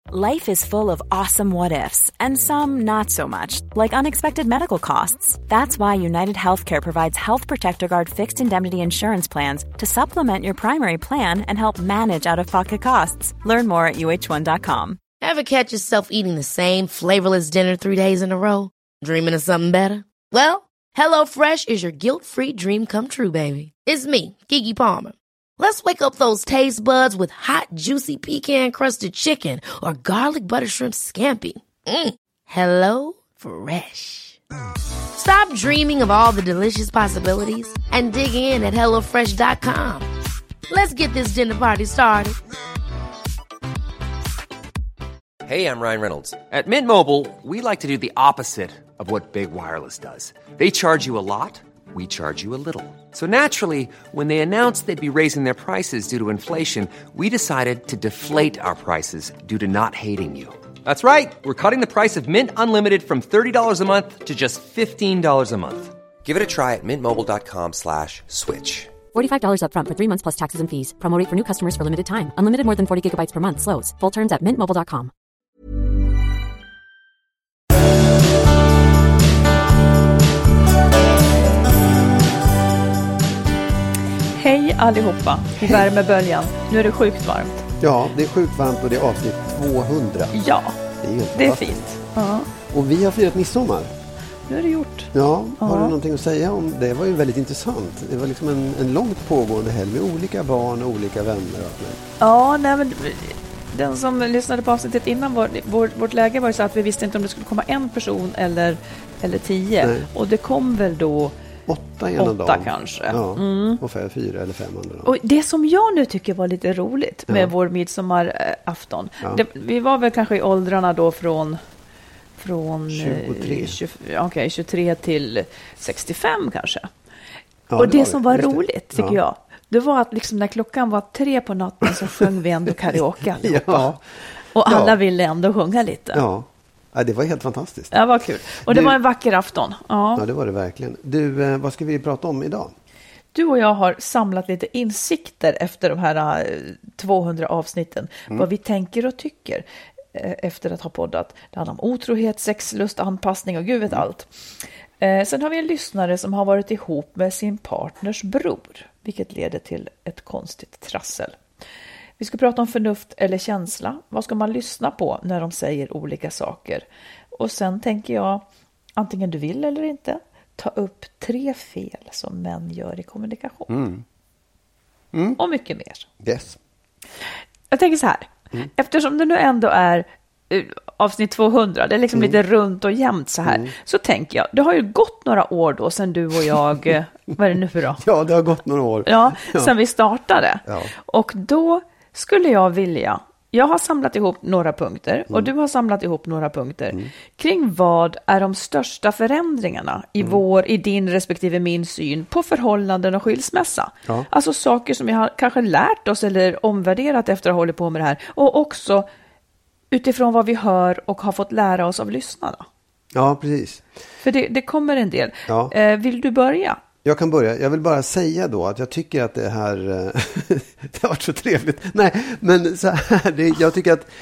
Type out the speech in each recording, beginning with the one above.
Life is full of awesome what-ifs, and some not so much, like unexpected medical costs. That's why United Healthcare provides Health Protector Guard fixed indemnity insurance plans to supplement your primary plan and help manage out-of-pocket costs. Learn more at uh1.com. Ever catch yourself eating the same flavorless dinner 3 days in a row? Dreaming of something better? Well, HelloFresh is your guilt-free dream come true, baby. It's me, Keke Palmer. Let's wake up those taste buds with hot, juicy pecan-crusted chicken or garlic butter shrimp scampi. Hello Fresh. Stop dreaming of all the delicious possibilities and dig in at HelloFresh.com. Let's get this dinner party started. Hey, I'm Ryan Reynolds. At Mint Mobile, we like to do the opposite of what Big Wireless does. They charge you a lot. We charge you a little. So naturally, when they announced they'd be raising their prices due to inflation, we decided to deflate our prices due to not hating you. That's right. We're cutting the price of Mint Unlimited from $30 a month to just $15 a month. Give it a try at mintmobile.com/switch. $45 up front for 3 months plus taxes and fees. Promo rate for new customers for limited time. Unlimited more than 40 gigabytes per month slows. Full terms at mintmobile.com. Hej allihopa i värmeböljan. Nu är det sjukt varmt. Ja, det är sjukt varmt och det är avsnitt 200. Ja, det är fint. Ja. Och vi har firat midsommar. Nu är det gjort. Ja, har du någonting att säga om det? Det var ju väldigt intressant. Det var liksom en långt pågående helg med olika barn och olika vänner. Ja, nej men den som lyssnade på avsnittet innan vårt läge var ju så att vi visste inte om det skulle komma en person eller 10. Nej. Och det kom väl då 8 ena dagen. Kanske. Ja, och 4 eller 5 andra dagen. Och det som jag nu tycker var lite roligt med vår midsommarafton. Vi var väl kanske i åldrarna då från 23 till 65 kanske. Ja, och det som var roligt tycker jag, det var att liksom när klockan var 3 på natten så sjöng vi ändå karaoke allihopa. Och alla ville ändå sjunga lite. Ja, det var helt fantastiskt. Ja, vad kul. Och det var en vacker afton. Ja, det var det verkligen. Du, vad ska vi prata om idag? Du och jag har samlat lite insikter efter de här 200 avsnitten. Vad vi tänker och tycker efter att ha poddat. Det handlar om otrohet, sexlust, anpassning och gud vet allt. Sen har vi en lyssnare som har varit ihop med sin partners bror. Vilket leder till ett konstigt trassel. Vi ska prata om förnuft eller känsla. Vad ska man lyssna på när de säger olika saker? Och sen tänker jag, antingen du vill eller inte, ta upp 3 fel som män gör i kommunikation. Och mycket mer. Yes. Jag tänker så här. Eftersom det nu ändå är avsnitt 200, det är liksom lite runt och jämnt så här. Så tänker jag, det har ju gått några år då sedan du och jag, vad är det nu för då? Ja, det har gått några år. Ja, sedan vi startade. Ja. Och då skulle jag vilja, jag har samlat ihop några punkter och du har samlat ihop några punkter kring vad är de största förändringarna i din respektive min syn på förhållanden och skilsmässa. Ja. Alltså saker som vi har kanske lärt oss eller omvärderat efter att ha hållit på med det här. Och också utifrån vad vi hör och har fått lära oss av lyssnarna. Ja, precis. För det kommer en del. Ja. Vill du börja? Jag kan börja. Jag vill bara säga då att jag tycker att det här det har varit så trevligt. Nej, men så här, jag tycker att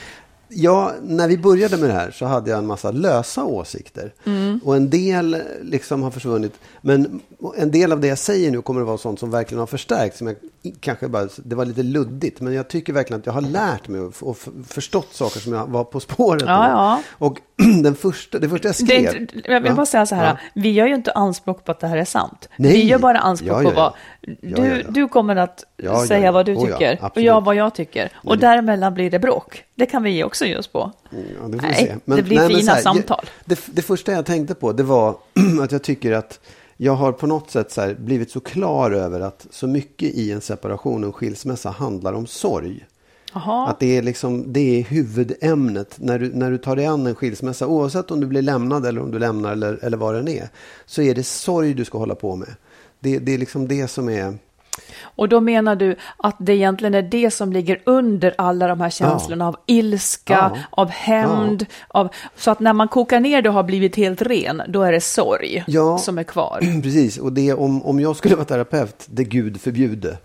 när vi började med det här så hade jag en massa lösa åsikter. Och en del liksom har försvunnit. Men en del av det jag säger nu kommer att vara sånt som verkligen har förstärkts. Som jag kanske bara, det var lite luddigt. Men jag tycker verkligen att jag har lärt mig och förstått saker som jag var på spåret. Ja. Och det första jag skrev. Jag vill bara säga så här. Vi gör ju inte anspråk på att det här är sant. Nej. Vi gör bara anspråk på vad du kommer att säga vad du tycker. Och jag vad jag tycker. Och däremellan blir det bråk. Det kan vi också ge oss på. Ja, det får vi se. Det blir fina samtal. Det första jag tänkte på, det var att jag tycker att jag har på något sätt så här blivit så klar över att så mycket i en separation och skilsmässa handlar om sorg. Aha. Att det är liksom, det är huvudämnet när du tar dig an en skilsmässa, oavsett om du blir lämnad eller om du lämnar eller vad den är, så är det sorg du ska hålla på med. Det är liksom det som är. Och då menar du att det egentligen är det som ligger under alla de här känslorna av ilska, av hämnd, så att när man kokar ner det och har blivit helt ren, då är det sorg som är kvar. Precis, och det om jag skulle vara terapeut, det Gud förbjude.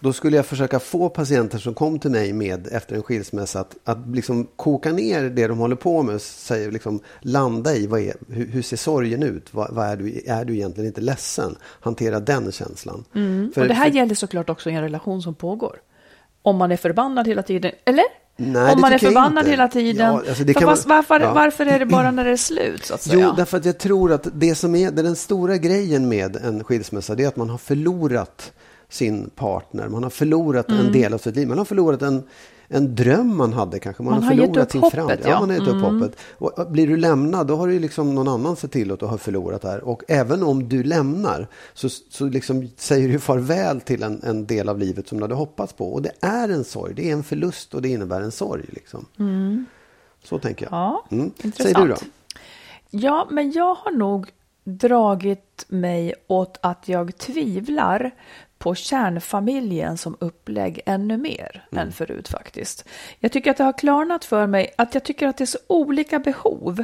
Då skulle jag försöka få patienter som kom till mig med efter en skilsmässa att liksom koka ner det de håller på med, säger liksom landa i hur ser sorgen ut? Vad är du egentligen inte ledsen? Hantera den känslan. Och det här gäller såklart också i en relation som pågår. Om man är förbannad hela tiden, eller? Nej, om man är förbannad hela tiden. Ja, alltså varför är det bara när det är slut, så att säga? Jo, därför att jag tror att det som är den stora grejen med en skilsmässa, det är att man har förlorat sin partner. Man har förlorat en del av sitt liv. Man har förlorat en dröm man hade kanske. Man har förlorat sin framtid. Ja, man har gett upp hoppet. Och blir du lämnad, då har du liksom någon annan sett till att du har förlorat här. Och även om du lämnar så liksom säger du farväl till en del av livet som du hade hoppats på. Och det är en sorg. Det är en förlust och det innebär en sorg. Liksom. Så tänker jag. Ja, intressant. Säger du då? Ja, men jag har nog dragit mig åt att jag tvivlar på kärnfamiljen som upplägg ännu mer än förut faktiskt. Jag tycker att det har klarnat för mig att jag tycker att det är så olika behov.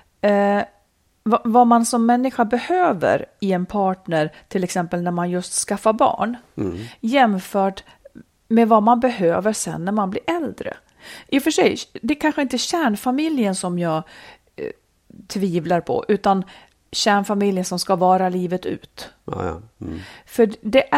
Vad man som människa behöver i en partner, till exempel när man just skaffar barn, jämfört med vad man behöver sen när man blir äldre. I och för sig, det är kanske inte kärnfamiljen som jag tvivlar på, utan kärnfamiljen som ska vara livet ut. För det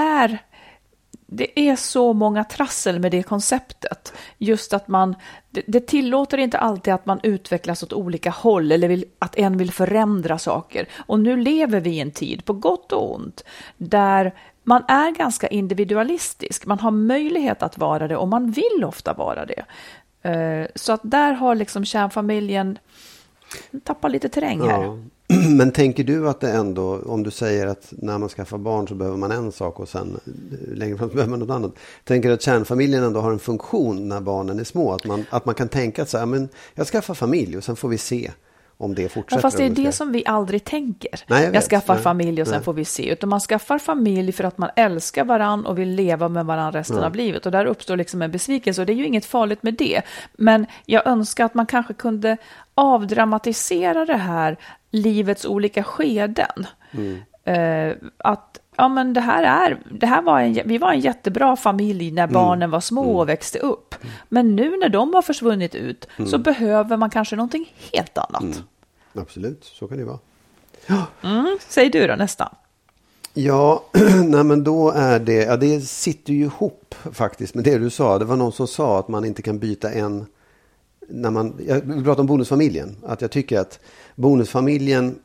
är så många trassel med det konceptet. Just att det tillåter inte alltid att man utvecklas åt olika håll eller att en vill förändra saker. Och nu lever vi i en tid, på gott och ont, där man är ganska individualistisk. Man har möjlighet att vara det och man vill ofta vara det. Så att där har liksom kärnfamiljen tappat lite terräng här. Ja. Men tänker du att det ändå, om du säger att när man skaffar barn så behöver man en sak och sen längre fram så behöver man något annat. Tänker du att kärnfamiljen ändå har en funktion när barnen är små? Att man kan tänka att så här, men jag skaffar familj och sen får vi se om det fortsätter. Ja, fast det är det som vi aldrig tänker. Nej, jag skaffar familj och sen får vi se. Utan man skaffar familj för att man älskar varann och vill leva med varann resten av livet. Och där uppstår liksom en besvikelse och det är ju inget farligt med det. Men jag önskar att man kanske kunde avdramatisera det här livets olika skeden. Att ja, men vi var en jättebra familj när barnen var små och växte upp. Men nu när de har försvunnit ut så behöver man kanske någonting helt annat. Absolut, så kan det vara. Säg du då nästan. Ja, nej men då är det, ja, det sitter ju ihop faktiskt med det du sa. Det var någon som sa att man inte kan byta en, jag pratar om bonusfamiljen, att jag tycker att bonusfamiljen,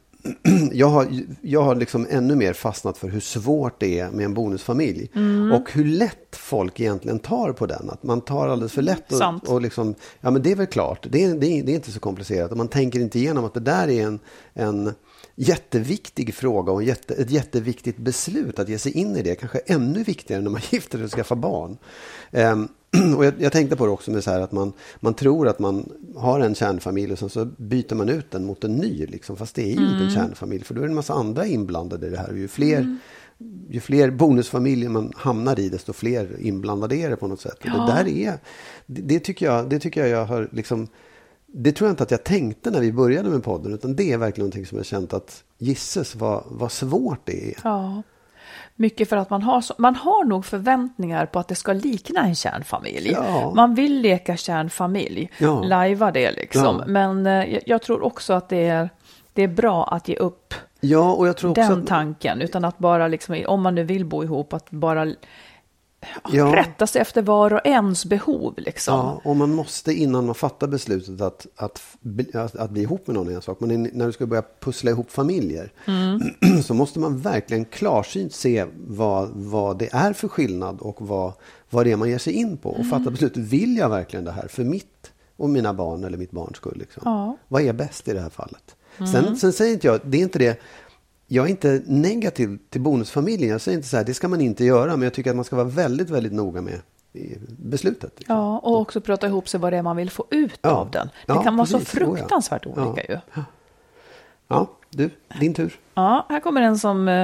jag har liksom ännu mer fastnat för hur svårt det är med en bonusfamilj och hur lätt folk egentligen tar på den, att man tar alldeles för lätt och liksom, ja men det är väl klart, det är inte så komplicerat och man tänker inte igenom att det där är en jätteviktig fråga och ett jätteviktigt beslut att ge sig in i det, kanske ännu viktigare när man gifter sig och skaffar barn. Och jag tänkte på det också med så här att man tror att man har en kärnfamilj och sen så byter man ut den mot en ny liksom, fast det är ju inte en kärnfamilj, för då är det en massa andra inblandade i det här. Ju fler bonusfamiljer man hamnar i, desto fler inblandade är det på något sätt. Ja. Och det där det tycker jag har liksom, det tror jag inte att jag tänkte när vi började med podden, utan det är verkligen någonting som jag känt att gisses vad svårt det är. Ja. Mycket för att man har nog förväntningar på att det ska likna en kärnfamilj. Ja. Man vill leka kärnfamilj, lajva det liksom. Ja. Men jag tror också att det är bra att ge upp och jag tror också tanken. Utan att bara, liksom, om man nu vill bo ihop, att bara rätta sig efter var och ens behov. Liksom. Ja, och man måste innan man fattar beslutet att bli ihop med någon en sak. Men när du ska börja pussla ihop familjer så måste man verkligen klarsynt se vad det är för skillnad och vad det är man ger sig in på. Och fatta beslutet, vill jag verkligen det här för mitt och mina barn eller mitt barns skull? Liksom? Ja. Vad är bäst i det här fallet? Sen säger inte jag, det är inte det. Jag är inte negativ till bonusfamiljen. Jag säger inte så här, det ska man inte göra. Men jag tycker att man ska vara väldigt, väldigt noga med beslutet. Liksom. Ja, och också prata ihop sig vad det är man vill få ut av den. Det kan vara så fruktansvärt olika ju. Ja, din tur. Ja, här kommer en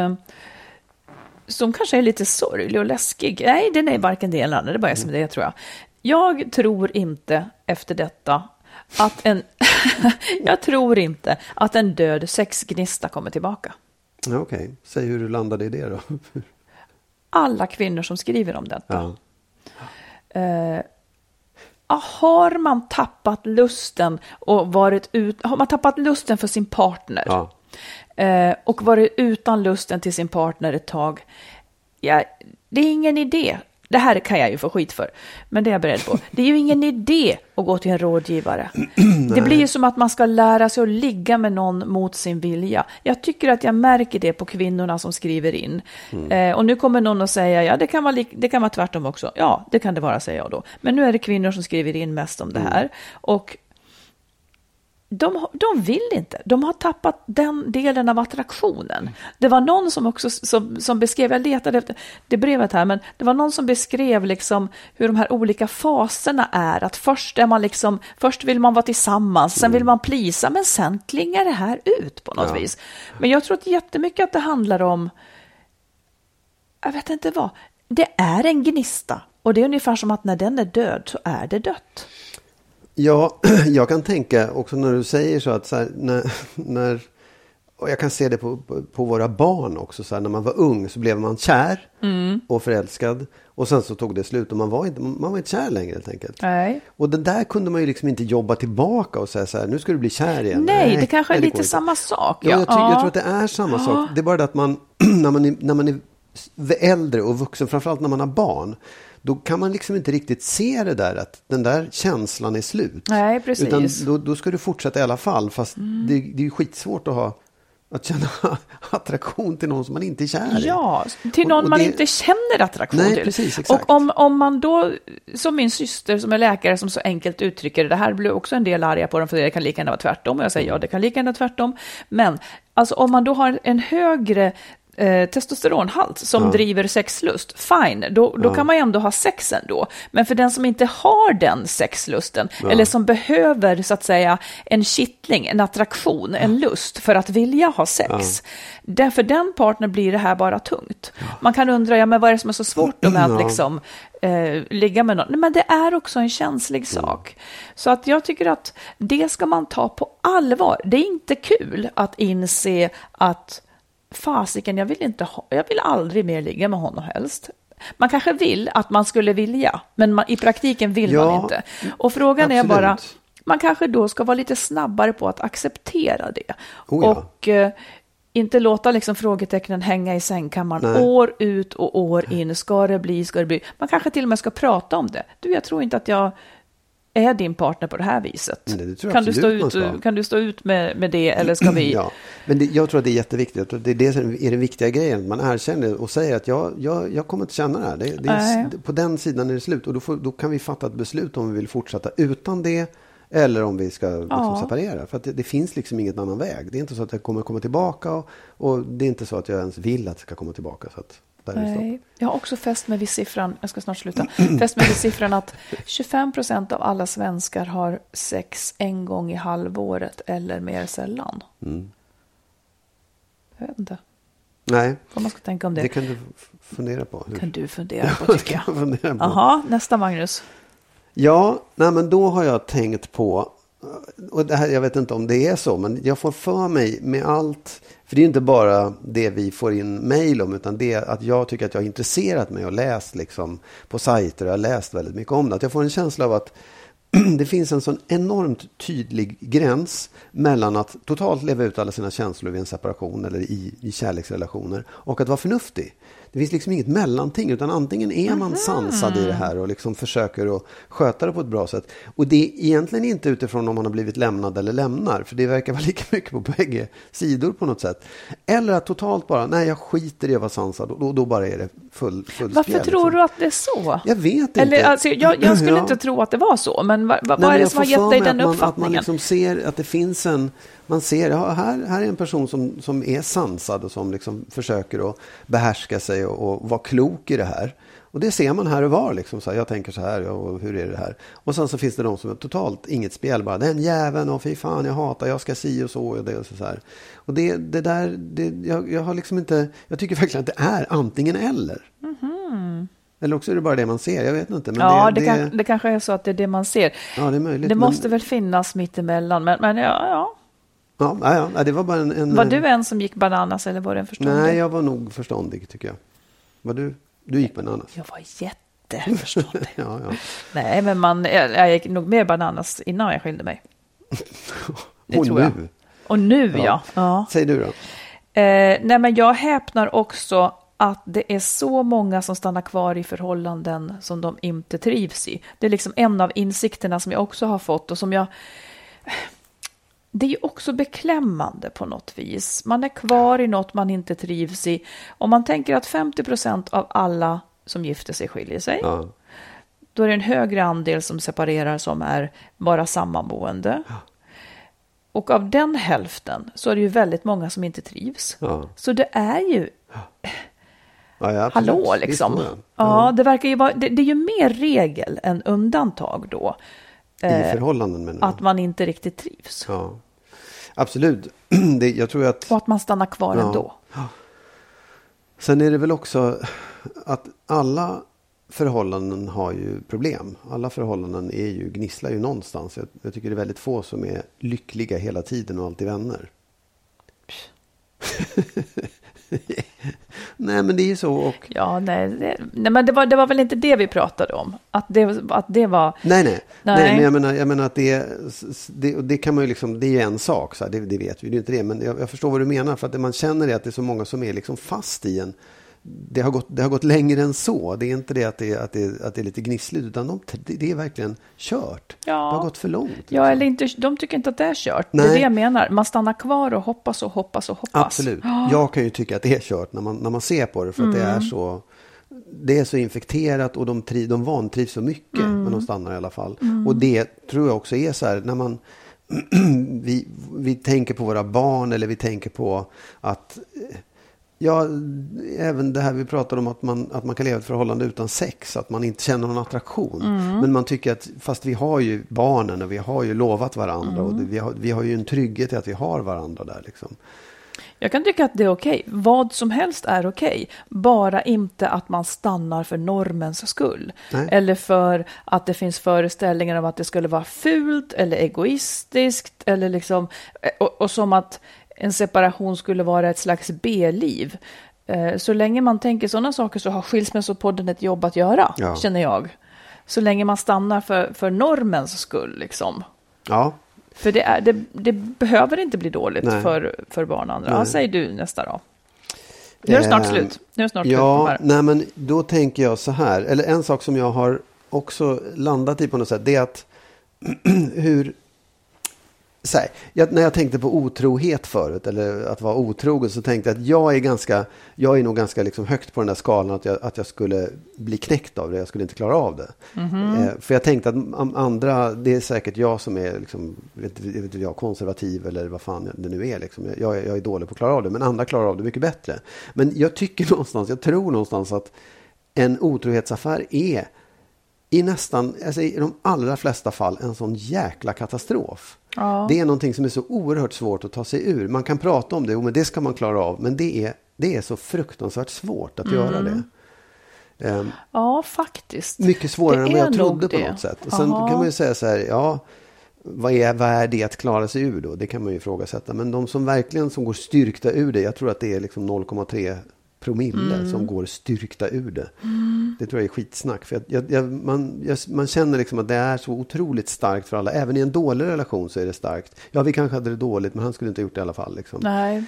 som kanske är lite sorglig och läskig. Nej, den är varken det eller andra. Det är bara som det, tror jag. Jag tror inte efter detta jag tror inte att en död sexgnista kommer tillbaka. Okej. Säg hur du landade i det då. alla kvinnor som skriver om detta. Har man tappat lusten och har man tappat lusten för sin partner och varit utan lusten till sin partner ett tag, det är ingen idé. Det här kan jag ju få skit för, men det är jag beredd på. Det är ju ingen idé att gå till en rådgivare. Det blir ju som att man ska lära sig att ligga med någon mot sin vilja. Jag tycker att jag märker det på kvinnorna som skriver in. Och nu kommer någon att säga, det kan vara tvärtom också. Ja, det kan det vara, säger jag då. Men nu är det kvinnor som skriver in mest om det här. Och de vill inte. De har tappat den delen av attraktionen. Det var någon som också som beskrev, jag letade efter det brevet här, men det var någon som beskrev liksom hur de här olika faserna är. Att först vill man vara tillsammans, sen vill man plisa, men sen klingar det här ut på något vis. Men jag tror att jättemycket att det handlar om, jag vet inte vad, det är en gnista. Och det är ungefär som att när den är död så är det dött. Ja, jag kan tänka också när du säger så att så här, när och jag kan se det på våra barn också, så här, när man var ung så blev man kär och förälskad och sen så tog det slut och man var inte kär längre helt enkelt. Nej. Och det där kunde man ju liksom inte jobba tillbaka och säga så här, nu ska du bli kär igen. Nej, det kanske är lite samma sak. Ja, jag tror att det är samma sak. Det är bara det att man när man är äldre och vuxen, framförallt när man har barn, då kan man liksom inte riktigt se det där att den där känslan är slut. Nej, precis. Utan då ska du fortsätta i alla fall, fast det är ju skitsvårt att känna attraktion till någon som man inte är kär i. Ja, till någon man inte känner attraktion till. Precis, exakt. Och om man då, som min syster som är läkare som så enkelt uttrycker det här, blir också en del arga på dem för det kan lika gärna vara tvärtom. Och jag säger det kan lika gärna vara tvärtom. Men alltså om man då har en högre testosteronhalt som driver sexlust, fine, då kan man ju ändå ha sex ändå. Men för den som inte har den sexlusten eller som behöver så att säga en kittling, en attraktion, en lust för att vilja ha sex, därför den partner blir det här bara tungt. Man kan undra, men vad är det som är så svårt då med att liksom ligga med någon? Nej, men det är också en känslig sak. Så att jag tycker att det ska man ta på allvar. Det är inte kul att inse att fasiken, jag vill aldrig mer ligga med honom helst. Man kanske vill att man skulle vilja, men i praktiken vill man inte. Och frågan är bara, man kanske då ska vara lite snabbare på att acceptera det. Och inte låta liksom frågetecknen hänga i sängkammaren år ut och år in. Ska det bli? Man kanske till och med ska prata om det. Jag tror inte att jag är din partner på det här viset. Det kan du stå ut med det, eller ska vi... Ja, men jag tror att det är jätteviktigt. Det är det som är den viktiga grejen. Man erkänner och säger att jag kommer inte känna det här. På den sidan är det slut. Och då kan vi fatta ett beslut om vi vill fortsätta utan det eller om vi ska liksom separera. För att det finns liksom ingen annan väg. Det är inte så att jag kommer komma tillbaka och det är inte så att jag ens vill att det ska komma tillbaka. Så att nej. Jag har också fäst mig vid siffran, jag ska snart sluta, fäst mig vid siffran att 25% av alla svenskar har sex en gång i halvåret eller mer sällan. Jag vet inte. Nej. Vad man ska tänka om det. Det kan du fundera på. Kan du fundera på, tycker jag. Jaha, nästa Magnus. Ja, men då har jag tänkt på, och det här, jag vet inte om det är så, men jag får för mig med allt, för det är inte bara det vi får in mejl om, utan det är att jag tycker att jag har intresserat mig och läst liksom på sajter, och jag har läst väldigt mycket om det. Att jag får en känsla av att det finns en sån enormt tydlig gräns mellan att totalt leva ut alla sina känslor vid en separation eller i kärleksrelationer och att vara förnuftig. Det finns liksom inget mellanting, utan antingen är man sansad i det här och liksom försöker att sköta det på ett bra sätt. Och det är egentligen inte utifrån om man har blivit lämnad eller lämnar, för det verkar vara lika mycket på bägge sidor på något sätt. Eller att totalt bara, nej, jag skiter i att vara sansad och då bara är det full Varför spjäll, tror liksom. Du att det är så? Jag vet inte. Eller, alltså, jag skulle inte tro att det var så, men vad är det som har gett dig den uppfattningen? Att man liksom ser att det finns man ser, här är en person som är sansad och som liksom försöker att behärska sig och vara klok i det här. Och det ser man här och var. Liksom, så här, jag tänker så här, och hur är det här? Och sen så finns det de som är totalt inget spel. Bara, den jäveln, och fy fan, jag hatar, jag ska si och så. Och det och så här. Och det där, jag har liksom inte, jag tycker verkligen att det är antingen eller. Mm-hmm. Eller också är det bara det man ser, jag vet inte. Men ja, det kanske är så att det är det man ser. Ja, det är möjligt. Det måste väl finnas mitt emellan, men ja. Ja, det var bara en... Var du en som gick bananas eller var det en förståndig? Nej, jag var nog förståndig, tycker jag. Var du? Du gick bananas. Jag var jätteförståndig. Ja. Nej, men jag gick nog mer bananas innan jag skilde mig. Det tror jag. Och nu, ja. Säg du då. Nej, men jag häpnar också att det är så många som stannar kvar i förhållanden som de inte trivs i. Det är liksom en av insikterna som jag också har fått och som jag... Det är ju också beklämmande på något vis. Man är kvar i något man inte trivs i. Om man tänker att 50% av alla som gifter sig skiljer sig. Ja. Då är det en högre andel som separerar som är bara sammanboende. Ja. Och av den hälften så är det ju väldigt många som inte trivs. Ja. Så det är ju... Ja, hallå liksom. Ja, det verkar ju vara... Det är ju mer regel än undantag då. I förhållanden menar du? Att man inte riktigt trivs. Ja. Absolut. Jag tror att... Och att man stannar kvar ändå. Ja. Sen är det väl också att alla förhållanden har ju problem. Alla förhållanden gnisslar ju någonstans. Jag tycker det är väldigt få som är lyckliga hela tiden och alltid vänner. Nej, men det är ju så. Och... Ja, nej, men det var väl inte det vi pratade om. Att det var... Nej, men jag menar att det kan man ju liksom, det är ju en sak, så här, det vet vi, det är inte det. Men jag förstår vad du menar, för att det man känner är att det är så många som är liksom fast i en... Det har gått längre än så. Det är inte det att det är lite gnissligt, utan det är verkligen kört. Ja. Det har gått för långt. Liksom. Ja, eller inte, de tycker inte att det är kört. Nej. Det är det jag menar. Man stannar kvar och hoppas och hoppas och hoppas. Absolut. Jag kan ju tycka att det är kört när man ser på det, för att det är så infekterat och de vantrivs så mycket, men de stannar i alla fall. Och det tror jag också är så här, när man vi tänker på våra barn, eller vi tänker på att... Ja, även det här vi pratade om, att man kan leva ett förhållande utan sex, att man inte känner någon attraktion. Men man tycker att, fast vi har ju barnen och vi har ju lovat varandra och vi har ju en trygghet i att vi har varandra där liksom. Jag kan tycka att det är okej. Vad som helst är okej. Bara inte att man stannar för normens skull. Nej. Eller för att det finns föreställningar om att det skulle vara fult eller egoistiskt. Eller liksom, och som att en separation skulle vara ett slags B-liv. Så länge man tänker sådana saker så har Skilsmässopodden ett jobb att göra, känner jag. Så länge man stannar för normens skull liksom. Ja. För det behöver inte bli dåligt för barn och andra. Ja, säg du nästa då. Nu är det snart slut. Nej, men då tänker jag så här. Eller en sak som jag har också landat i på något sätt, det är att hur... när jag tänkte på otrohet förut, eller att vara otrogen, så tänkte jag att jag är nog ganska liksom högt på den där skalan, att jag skulle bli knäckt av det, jag skulle inte klara av det. För jag tänkte att andra, det är säkert jag som är liksom, vet jag, konservativ eller vad fan det nu är liksom. Jag är dålig på att klara av det, men andra klarar av det mycket bättre. Men jag tror någonstans att en otrohetsaffär är i de allra flesta fall en sån jäkla katastrof. Ja. Det är någonting som är så oerhört svårt att ta sig ur. Man kan prata om det, men det ska man klara av. Men det är så fruktansvärt svårt att göra det. Ja, faktiskt. Mycket svårare än vad jag trodde på något sätt. Och sen kan man ju säga så här, vad är det att klara sig ur då? Det kan man ju ifrågasätta. Men de som verkligen går styrkta ur det, jag tror att det är liksom 0,3 promille som går styrkta ur det. Det tror jag är skitsnack. För man känner liksom att det är så otroligt starkt för alla. Även i en dålig relation så är det starkt. Ja, vi kanske hade det dåligt, men han skulle inte ha gjort det i alla fall. Liksom. Nej.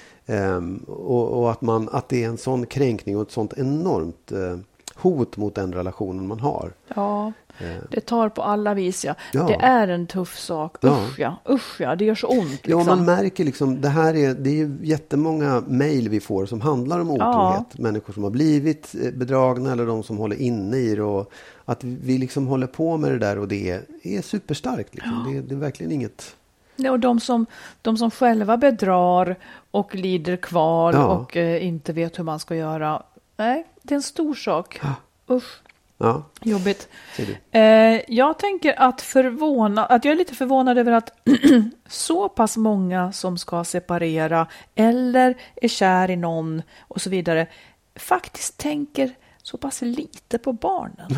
Och att det är en sån kränkning och ett sånt enormt hot mot den relationen man har. Ja, det tar på alla vis, ja. Det är en tuff sak. Usch ja, det gör så ont. Liksom. Ja, man märker liksom, det är ju jättemånga mejl vi får som handlar om otrohet. Ja. Människor som har blivit bedragna eller de som håller inne i det. Och att vi liksom håller på med det där, och det är superstarkt. Liksom. Ja. Det är verkligen inget... Ja, och de som själva bedrar och lider kval och inte vet hur man ska göra. Nej, det är en stor sak. Ja. Usch. Ja. Jobbigt. Jag tänker att jag är lite förvånad över att så pass många som ska separera eller är kär i någon och så vidare faktiskt tänker så pass lite på barnen.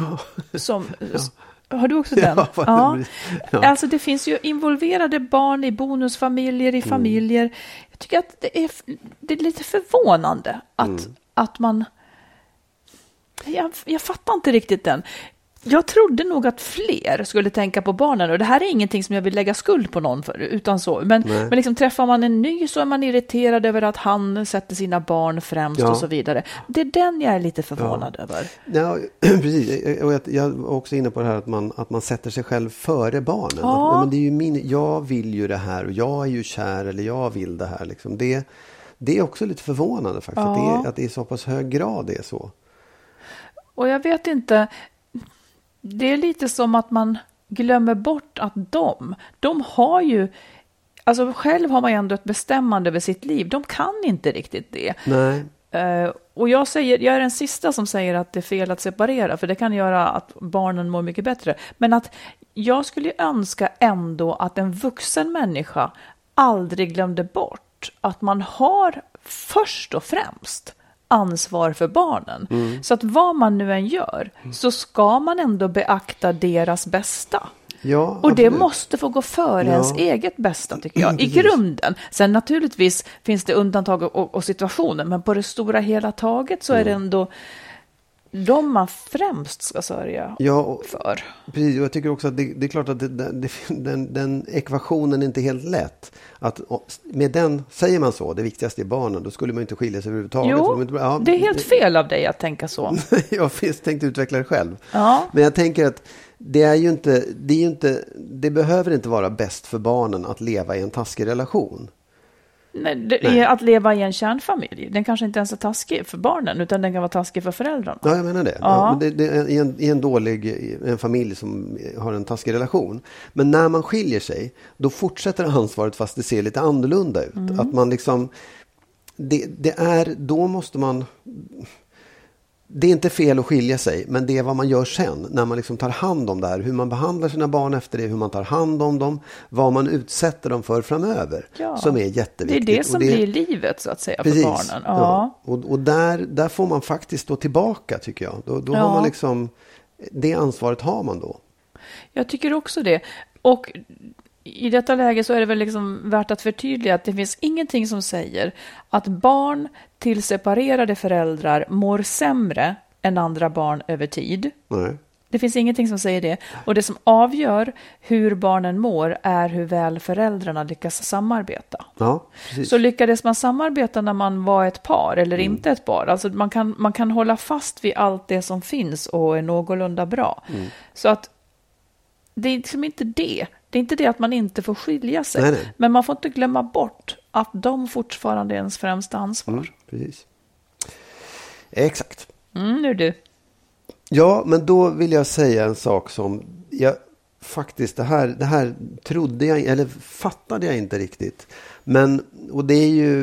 Har du också den? Ja. Alltså det finns ju involverade barn i bonusfamiljer, i familjer. Jag tycker att det är lite förvånande att man... Jag fattar inte riktigt den. Jag trodde nog att fler skulle tänka på barnen, och det här är ingenting som jag vill lägga skuld på någon för, utan så. Men liksom, träffar man en ny så är man irriterad över att han sätter sina barn främst och så vidare. Det är den jag är lite förvånad över. Ja, precis. Och jag var också inne på det här att man sätter sig själv före barnen. Ja. Men det är ju jag vill ju det här och jag är ju kär eller jag vill det här. Liksom. Det är också lite förvånande faktiskt att det är så pass hög grad det är så. Och jag vet inte... Det är lite som att man glömmer bort att de har ju, alltså själv har man ju ändå ett bestämmande över sitt liv. De kan inte riktigt det. Nej. Och jag är den sista som säger att det är fel att separera, för det kan göra att barnen mår mycket bättre. Men att jag skulle önska ändå att en vuxen människa aldrig glömde bort att man har först och främst ansvar för barnen. Så att vad man nu än gör så ska man ändå beakta deras bästa. Ja, och det måste få gå före ens eget bästa, tycker jag, i grunden. Sen naturligtvis finns det undantag och situationer, men på det stora hela taget så är det ändå de man främst ska sörja för. Precis, och jag tycker också att det är klart att den ekvationen är inte helt lätt. Att med den, säger man så, det viktigaste är barnen, då skulle man inte skilja sig överhuvudtaget. Jo, det är helt fel av dig att tänka så. Jag har tänkt utveckla det själv. Ja. Men jag tänker att det behöver inte vara bäst för barnen att leva i en taskig relation. Nej. Att leva i en kärnfamilj, den kanske inte ens är taskig för barnen, utan den kan vara taskig för föräldrarna. Ja, jag menar det. Ja. Det är en familj som har en taskig relation. Men när man skiljer sig, då fortsätter ansvaret fast det ser lite annorlunda ut. Att man liksom, då måste man... Det är inte fel att skilja sig, men det är vad man gör sen när man liksom tar hand om det här. Hur man behandlar sina barn efter det, hur man tar hand om dem, vad man utsätter dem för framöver, som är jätteviktigt. Det är det som blir livet, så att säga, för barnen. Ja. Och där får man faktiskt stå tillbaka, tycker jag. Då har man liksom, det ansvaret har man då. Jag tycker också det. Och i detta läge så är det väl liksom värt att förtydliga att det finns ingenting som säger att barn till separerade föräldrar mår sämre än andra barn över tid. Nej. Det finns ingenting som säger det. Och det som avgör hur barnen mår är hur väl föräldrarna lyckas samarbeta. Ja, precis. Så lyckades man samarbeta när man var ett par eller inte ett par. Alltså man kan hålla fast vid allt det som finns och är någorlunda bra. Så att det är liksom inte det. Det är inte det att man inte får skilja sig. Nej. Men man får inte glömma bort att de fortfarande är ens främsta ansvar. Precis. Exakt. Nu du. Ja, men då vill jag säga en sak som jag faktiskt, det här trodde jag, eller fattade jag inte riktigt. Och det är ju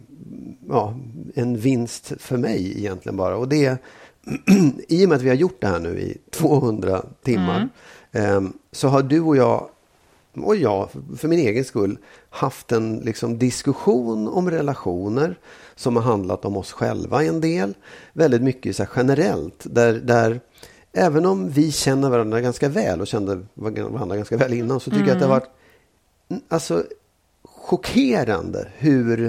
en vinst för mig egentligen bara. Och det är, i och med att vi har gjort det här nu i 200 timmar, så har du och jag för min egen skull haft en liksom diskussion om relationer som har handlat om oss själva en del. Väldigt mycket så här generellt. Där även om vi känner varandra ganska väl och kände varandra ganska väl innan, så tycker jag att det har varit chockerande hur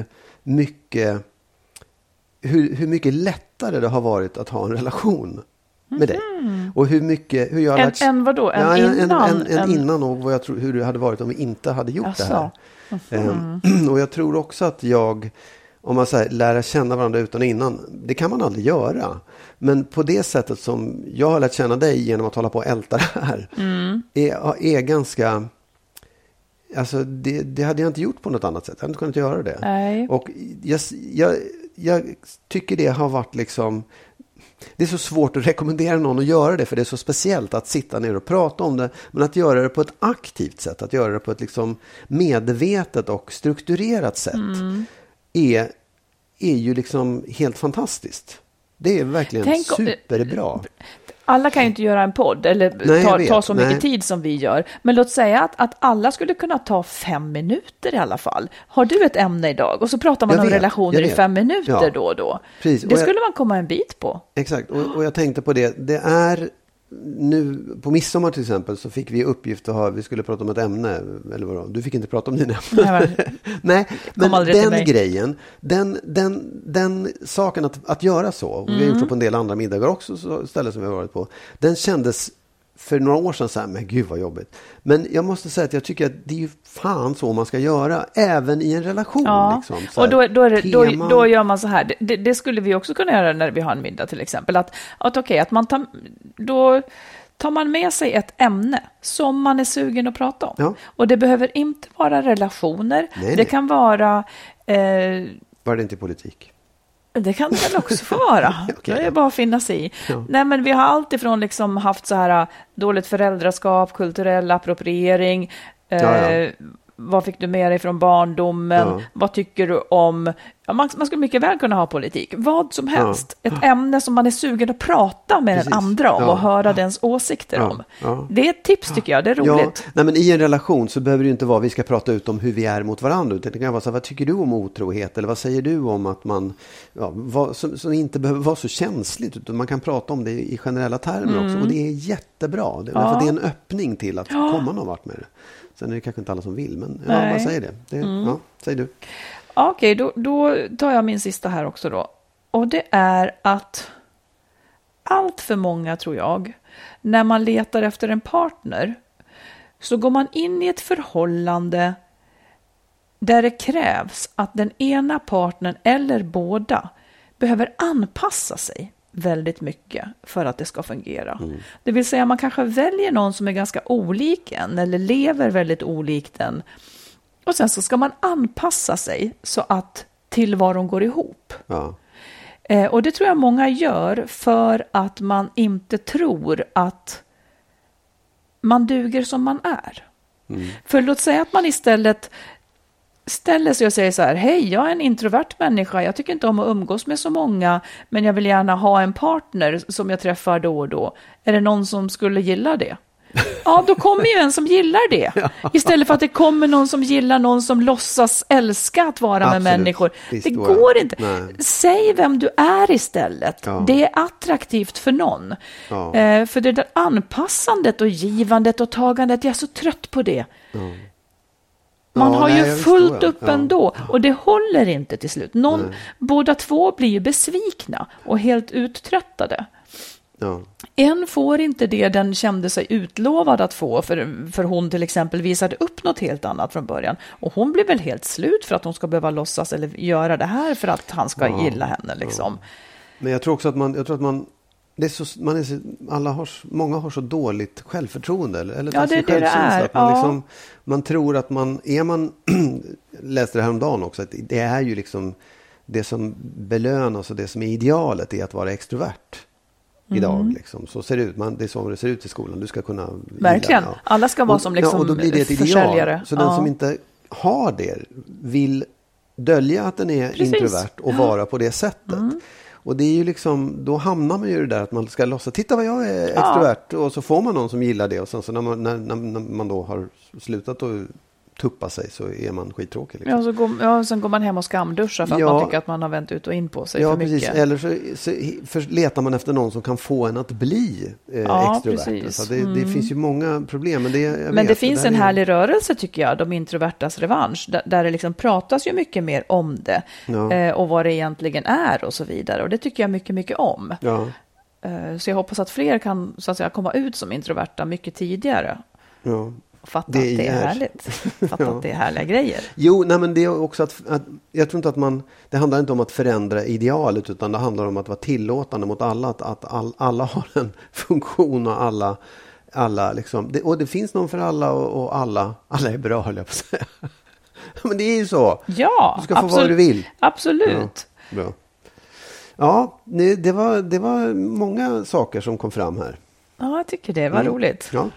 mycket lättare det har varit att ha en relation med dig. Och hur jag har lärt... En vadå? Innan? En innan, och vad jag tror, hur det hade varit om vi inte hade gjort det här. Och jag tror också att om man säger lära känna varandra utan och innan, det kan man aldrig göra. Men på det sättet som jag har lärt känna dig genom att hålla på och älta det här, är ganska... Alltså det hade jag inte gjort på något annat sätt. Jag hade inte kunnat göra det. Nej. Och jag tycker det har varit liksom... Det är så svårt att rekommendera någon att göra det, för det är så speciellt att sitta ner och prata om det, men att göra det på ett aktivt sätt, att göra det på ett liksom medvetet och strukturerat sätt är ju liksom helt fantastiskt. Det är verkligen superbra. Alla kan ju inte göra en podd eller ta så mycket tid som vi gör. Men låt säga att alla skulle kunna ta 5 minuter i alla fall. Har du ett ämne idag? Och så pratar man om relationer i 5 minuter då och då. Precis. Det skulle man komma en bit på. Exakt. Och jag tänkte på det. Det är nu på midsommar till exempel så fick vi uppgift att vi skulle prata om ett ämne, eller vadå? Du fick inte prata om dina ämnen. Nej, men den grejen, den saken att göra så, och vi har gjort det på en del andra middagar också, så ställen som vi har varit på, den kändes för några år sedan så här, men gud vad jobbigt. Men jag måste säga att jag tycker att det är ju fan så man ska göra, även i en relation. Ja, liksom, så och här, då gör man så här. Det skulle vi också kunna göra när vi har en middag till exempel. Att man då tar man med sig ett ämne som man är sugen att prata om. Ja. Och det behöver inte vara relationer. Nej. Det kan vara... Var det inte politik? Det kan det väl också få vara. Okay. Det är bara att finna sig i. Ja. Nej, men vi har alltid från liksom haft så här dåligt föräldraskap, kulturell appropriering. Vad fick du med dig från barndomen? Ja. Vad tycker du om... Ja, man skulle mycket väl kunna ha politik. Vad som helst. Ja. Ett ämne som man är sugen att prata med den andra om och höra dens åsikter om. Ja. Det är ett tips tycker jag. Det är roligt. Ja. Nej, men i en relation så behöver det inte vara vi ska prata ut om hur vi är mot varandra. Det kan vara så här, vad tycker du om otrohet? Eller vad säger du om att man... som inte behöver vara så känsligt. Utan man kan prata om det i generella termer också. Och det är jättebra. Det är en öppning till att komma någon vart med det. Sen är det kanske inte alla som vill, men vad säger det? Ja, säger du. Okej, då tar jag min sista här också då. Och det är att allt för många, tror jag, när man letar efter en partner så går man in i ett förhållande där det krävs att den ena partnern eller båda behöver anpassa sig väldigt mycket för att det ska fungera. Det vill säga man kanske väljer någon som är ganska olik en eller lever väldigt olikt en. Och sen så ska man anpassa sig så att tillvaron går ihop. Ja. Och det tror jag många gör för att man inte tror att man duger som man är. För låt säga att man istället ställer sig och säger så här: hej, jag är en introvert människa, jag tycker inte om att umgås med så många, men jag vill gärna ha en partner som jag träffar då och då. Är det någon som skulle gilla det? Ja, då kommer ju en som gillar det. Istället för att det kommer någon som gillar någon som låtsas älska att vara med människor. Det går inte. Nej. Säg vem du är istället. Ja. Det är attraktivt för någon. Ja. För det där anpassandet och givandet och tagandet, jag är så trött på det. Ja. Man har ju fullt upp ändå. Och det håller inte till slut. Båda två blir ju besvikna och helt uttröttade. Ja. En får inte det den kände sig utlovad att få, för hon till exempel visade upp något helt annat från början. Och hon blir väl helt slut för att hon ska behöva låtsas eller göra det här för att han ska gilla henne. Liksom. Ja. Men jag tror också att många har så dåligt självförtroende. Eller ja, det är. Att man, man tror att man läste det här om dagen också, att det är ju liksom det som belönas och det som är idealet är att vara extrovert. Idag liksom. Så ser det ut. Det är så det ser ut i skolan. Du ska kunna... Verkligen. Ja. Alla ska vara som liksom och då blir det ett försäljare. Ideal. Så den som inte har det vill dölja att den är introvert och vara på det sättet. Och det är ju liksom, då hamnar man ju det där att man ska låtsas, titta vad jag är extrovert, och så får man någon som gillar det, och sen så när man då har slutat att tuppa sig så är man skittråkig. Liksom. Sen går man hem och skamduschar för att man tycker att man har vänt ut och in på sig för mycket. Eller så letar man efter någon som kan få en att bli extrovert. Så det finns ju många problem. Men det finns en härlig rörelse tycker jag, de introvertas revansch, där det liksom pratas ju mycket mer om det och vad det egentligen är och så vidare. Och det tycker jag mycket, mycket om. Ja. Så jag hoppas att fler kan så att säga komma ut som introverta mycket tidigare. Ja. Fatta att det är härligt. Fatta att det är härliga grejer. Jo, nej, men det är också att jag tror inte att det handlar inte om att förändra idealet, utan det handlar om att vara tillåtande mot alla, att alla har en funktion och alla liksom, och det finns någon för alla och alla är bra, höll jag på att säga. Men det är ju så. Ja, du ska få vad du vill. Absolut. Ja, bra. Ja, det var många saker som kom fram här. Ja, jag tycker det var roligt. Ja.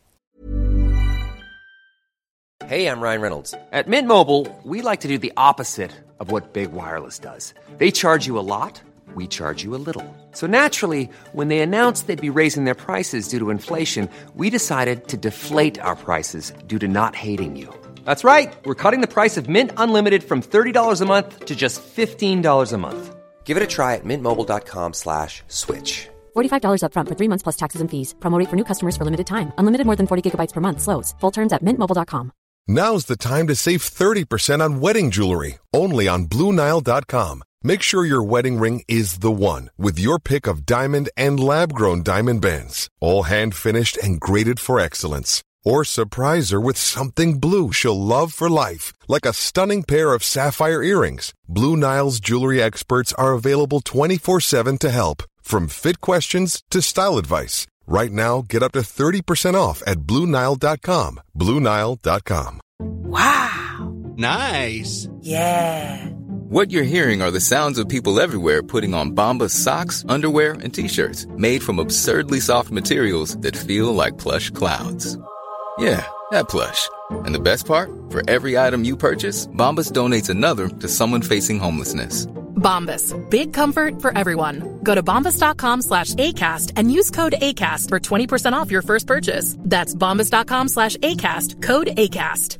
Hey, I'm Ryan Reynolds. At Mint Mobile, we like to do the opposite of what Big Wireless does. They charge you a lot, we charge you a little. So naturally, when they announced they'd be raising their prices due to inflation, we decided to deflate our prices due to not hating you. That's right. We're cutting the price of Mint Unlimited from $30 a month to just $15 a month. Give it a try at mintmobile.com/switch. $45 up front for 3 months plus taxes and fees. Promo rate for new customers for limited time. Unlimited more than 40 gigabytes per month slows. Full terms at mintmobile.com. Now's the time to save 30% on wedding jewelry, only on BlueNile.com. Make sure your wedding ring is the one with your pick of diamond and lab-grown diamond bands, all hand-finished and graded for excellence. Or surprise her with something blue she'll love for life, like a stunning pair of sapphire earrings. Blue Nile's jewelry experts are available 24/7 to help, from fit questions to style advice. Right now, get up to 30% off at BlueNile.com. BlueNile.com. Wow. Nice. Yeah. What you're hearing are the sounds of people everywhere putting on Bombas socks, underwear, and T-shirts made from absurdly soft materials that feel like plush clouds. Yeah, that plush. And the best part? For every item you purchase, Bombas donates another to someone facing homelessness. Bombas. Big comfort for everyone. Go to bombas.com/ACAST and use code ACAST for 20% off your first purchase. That's bombas.com/ACAST. Code ACAST.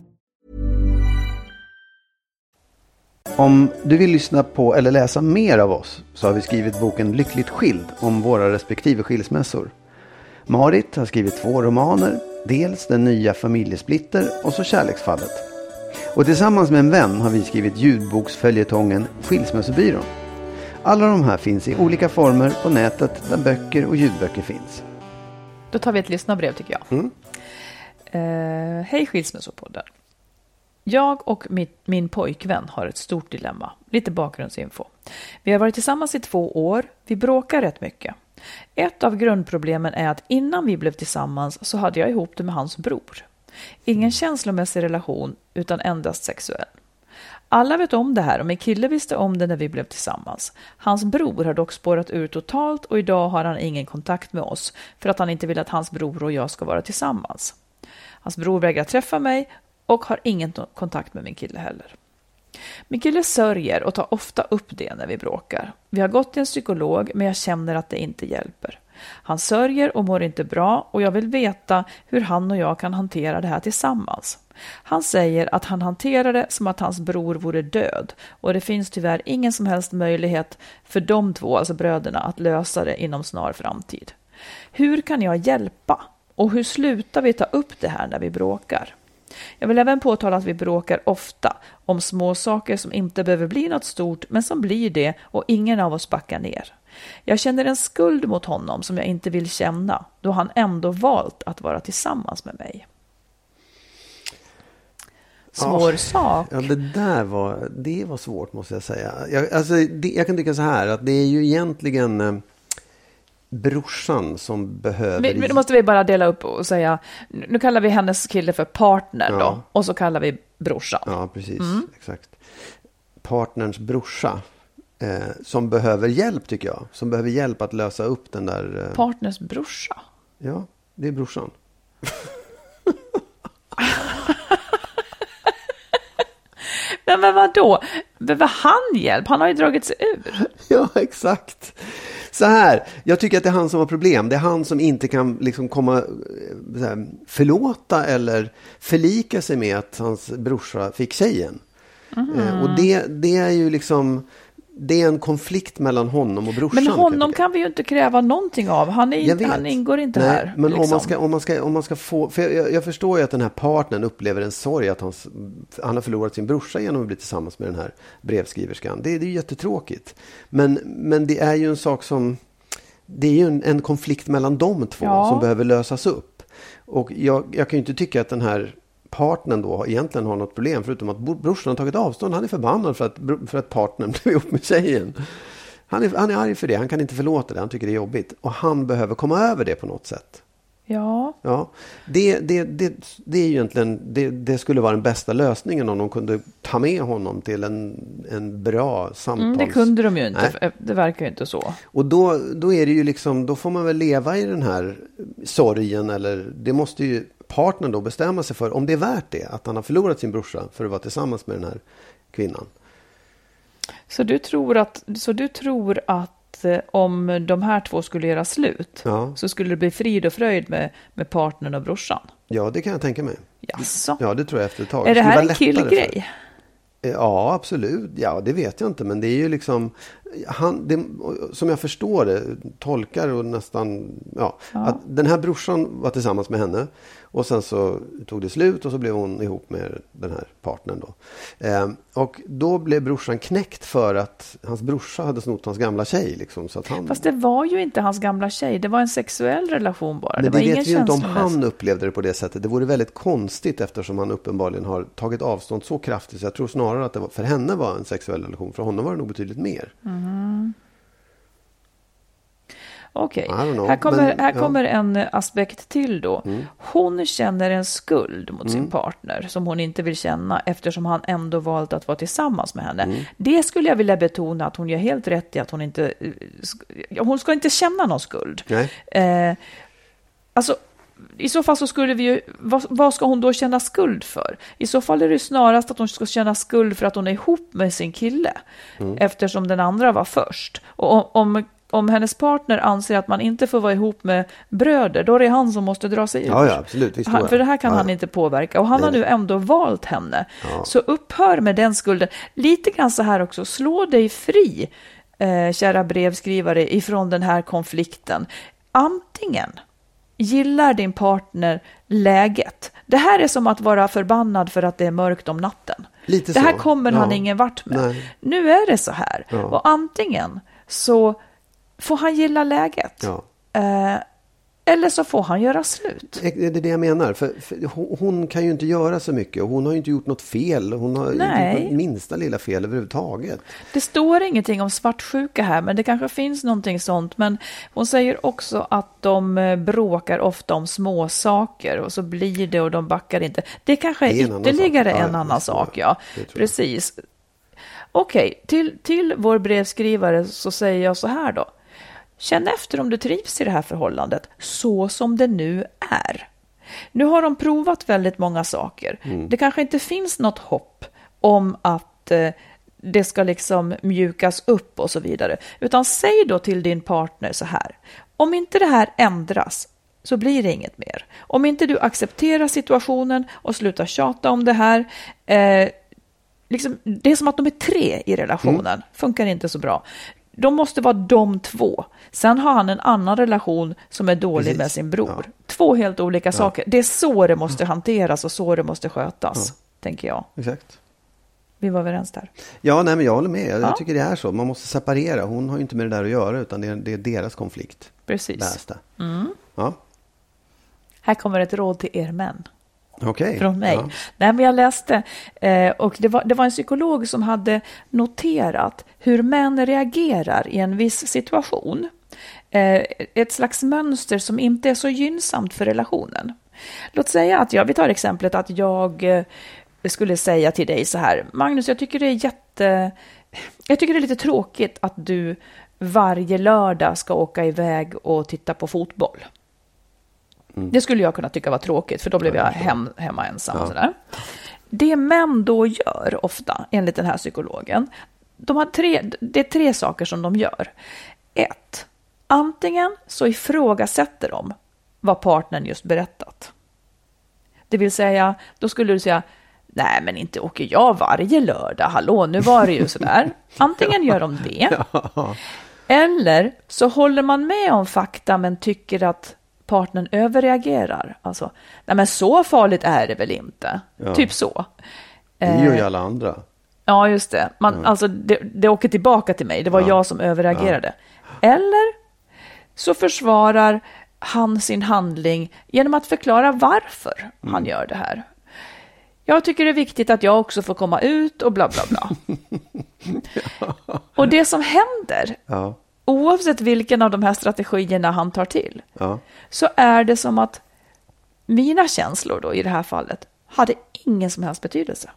Om du vill lyssna på eller läsa mer av oss så har vi skrivit boken Lyckligt skild om våra respektive skilsmässor. Marit har skrivit 2 romaner, dels Den nya familjesplitter och så Kärleksfallet. Och tillsammans med en vän har vi skrivit ljudboksföljetongen Skilsmässobyrån. Alla de här finns i olika former på nätet där böcker och ljudböcker finns. Då tar vi ett lyssnarbrev tycker jag. Hej Skilsmässopodden. Jag och min pojkvän har ett stort dilemma. Lite bakgrundsinfo. Vi har varit tillsammans i 2 år. Vi bråkar rätt mycket. Ett av grundproblemen är att innan vi blev tillsammans så hade jag ihop det med hans bror. Ingen känslomässig relation utan endast sexuell. Alla vet om det här och min kille visste om det när vi blev tillsammans. Hans bror har dock spårat ur totalt och idag har han ingen kontakt med oss för att han inte vill att hans bror och jag ska vara tillsammans. Hans bror vägrar träffa mig och har ingen kontakt med min kille heller. Min kille sörjer och tar ofta upp det när vi bråkar. Vi har gått till en psykolog men jag känner att det inte hjälper. Han sörjer och mår inte bra och jag vill veta hur han och jag kan hantera det här tillsammans. Han säger att han hanterar det som att hans bror vore död och det finns tyvärr ingen som helst möjlighet för de två, alltså bröderna, att lösa det inom snar framtid. Hur kan jag hjälpa och hur slutar vi ta upp det här när vi bråkar? Jag vill även påtala att vi bråkar ofta om små saker som inte behöver bli något stort men som blir det och ingen av oss backar ner. Jag känner en skuld mot honom som jag inte vill känna då han ändå valt att vara tillsammans med mig. Svår sak. Ja, det var svårt måste jag säga. Jag kan tycka så här att det är ju egentligen brorsan som behöver... Nu måste vi bara dela upp och säga, nu kallar vi hennes kille för partner då, och så kallar vi brorsan. Ja, precis. Exakt. Partnerns brorsa som behöver hjälp tycker jag. Som behöver hjälp att lösa upp den där... Partners brorsa? Ja, det är brorsan. Men vadå? Behöver han hjälp? Han har ju dragit sig ur. Ja, exakt. Så här, jag tycker att det är han som har problem. Det är han som inte kan liksom komma förlåta eller förlika sig med att hans brorsa fick tjejen. Och det är ju liksom... Det är en konflikt mellan honom och brorsan. Men honom kan vi ju inte kräva någonting av. Han ingår inte här. Men liksom. om man ska få... För jag förstår ju att den här partnern upplever en sorg att han har förlorat sin brorsa genom att bli tillsammans med den här brevskriverskan. Det är ju jättetråkigt. Men det är ju en sak som... Det är ju en konflikt mellan de två som behöver lösas upp. Och jag kan ju inte tycka att den här partnern då egentligen har något problem förutom att brorsan har tagit avstånd. Han är förbannad för att partnern blev ihop med tjejen. Han är arg för det. Han kan inte förlåta det. Han tycker det är jobbigt. Och han behöver komma över det på något sätt. Ja. Det är ju egentligen det skulle vara den bästa lösningen om de kunde ta med honom till en bra samtals... Det kunde de ju inte. Nej. Det verkar ju inte så. Och då är det ju liksom, då får man väl leva i den här sorgen, eller det måste ju partnern då bestämma sig för om det är värt det, att han har förlorat sin brorsa för att vara tillsammans med den här kvinnan. Så du tror att om de här två skulle göra slut så skulle det bli frid och fröjd med partnern och brorsan? Ja, det kan jag tänka mig. Jaså? Ja, det tror jag efter ett tag. Är det här en killgrej? Ja, absolut. Ja, det vet jag inte. Men det är ju liksom... som jag förstår det, tolkar och nästan, att den här brorsan var tillsammans med henne och sen så tog det slut och så blev hon ihop med den här partnern då. Och då blev brorsan knäckt för att hans brorsa hade snott hans gamla tjej. Liksom, så att Fast det var ju inte hans gamla tjej, det var en sexuell relation bara. Men det var ingen vet vi ju inte om han upplevde det på det sättet. Det vore väldigt konstigt eftersom han uppenbarligen har tagit avstånd så kraftigt. Så jag tror snarare att det för henne var en sexuell relation. För honom var det nog betydligt mer. Okej, här kommer en aspekt till då. Hon känner en skuld mot sin partner som hon inte vill känna eftersom han ändå valt att vara tillsammans med henne. Det skulle jag vilja betona att hon gör helt rätt i att hon ska inte känna någon skuld. Alltså i så fall så skulle vi ju, vad ska hon då känna skuld för? I så fall är det snarast att hon ska känna skuld för att hon är ihop med sin kille eftersom den andra var först. Och om hennes partner anser att man inte får vara ihop med bröder, då är det han som måste dra sig ut. Ja, absolut. För det här kan han inte påverka. Och han har nu ändå valt henne. Så upphör med den skulden. Lite grann så här också, slå dig fri, kära brevskrivare, ifrån den här konflikten. Antingen gillar din partner läget. Det här är som att vara förbannad för att det är mörkt om natten. Det här kommer han ingen vart med. Nej. Nu är det så här. Och antingen så får han gilla läget. Eller så får han göra slut. Det är det jag menar. För hon kan ju inte göra så mycket. Och hon har ju inte gjort något fel. Hon har inte gjort något minsta lilla fel överhuvudtaget. Det står ingenting om svartsjuka här. Men det kanske finns någonting sånt. Men hon säger också att de bråkar ofta om små saker. Och så blir det och de backar inte. Det kanske är ytterligare en annan sak. Ja, precis. Okej, till vår brevskrivare så säger jag så här då. Känn efter om du trivs i det här förhållandet så som det nu är. Nu har de provat väldigt många saker. Det kanske inte finns något hopp om att det ska liksom mjukas upp och så vidare. Utan säg då till din partner så här. Om inte det här ändras så blir det inget mer. Om inte du accepterar situationen och slutar tjata om det här. Liksom, det är som att de är 3 i relationen. Funkar inte så bra. De måste vara de 2. Sen har han en annan relation som är dålig med sin bror. 2 helt olika saker. Det är så det måste hanteras och så det måste skötas, tänker jag. Exakt. Vi var överens där. Ja, nej, men jag håller med. Jag tycker det är så. Man måste separera. Hon har ju inte med det där att göra utan det är deras konflikt. Precis. Ja. Här kommer ett råd till er män. Okay. Från mig. Nej, men jag läste och det var en psykolog som hade noterat hur män reagerar i en viss situation. Ett slags mönster som inte är så gynnsamt för relationen. Låt säga att vi tar exemplet att jag skulle säga till dig så här: Magnus, jag tycker det är lite tråkigt att du varje lördag ska åka iväg och titta på fotboll. Det skulle jag kunna tycka var tråkigt, för då blev jag hemma ensam. Och sådär. Det män då gör ofta, enligt den här psykologen, det är 3 saker som de gör. 1. Antingen så ifrågasätter de vad partnern just berättat. Det vill säga, då skulle du säga: nej, men inte åker jag varje lördag. Hallå, nu var det ju sådär. Antingen gör de det. Eller så håller man med om fakta men tycker att partnern överreagerar. Alltså, nej men så farligt är det väl inte. Typ så. Det gör ju alla andra. Ja, just det. Alltså, det åker tillbaka till mig. Det var jag som överreagerade. Eller så försvarar han sin handling genom att förklara varför han gör det här. Jag tycker det är viktigt att jag också får komma ut och bla bla bla. Och det som händer, oavsett vilken av de här strategierna han tar till, så är det som att mina känslor då i det här fallet hade ingen som helst betydelse.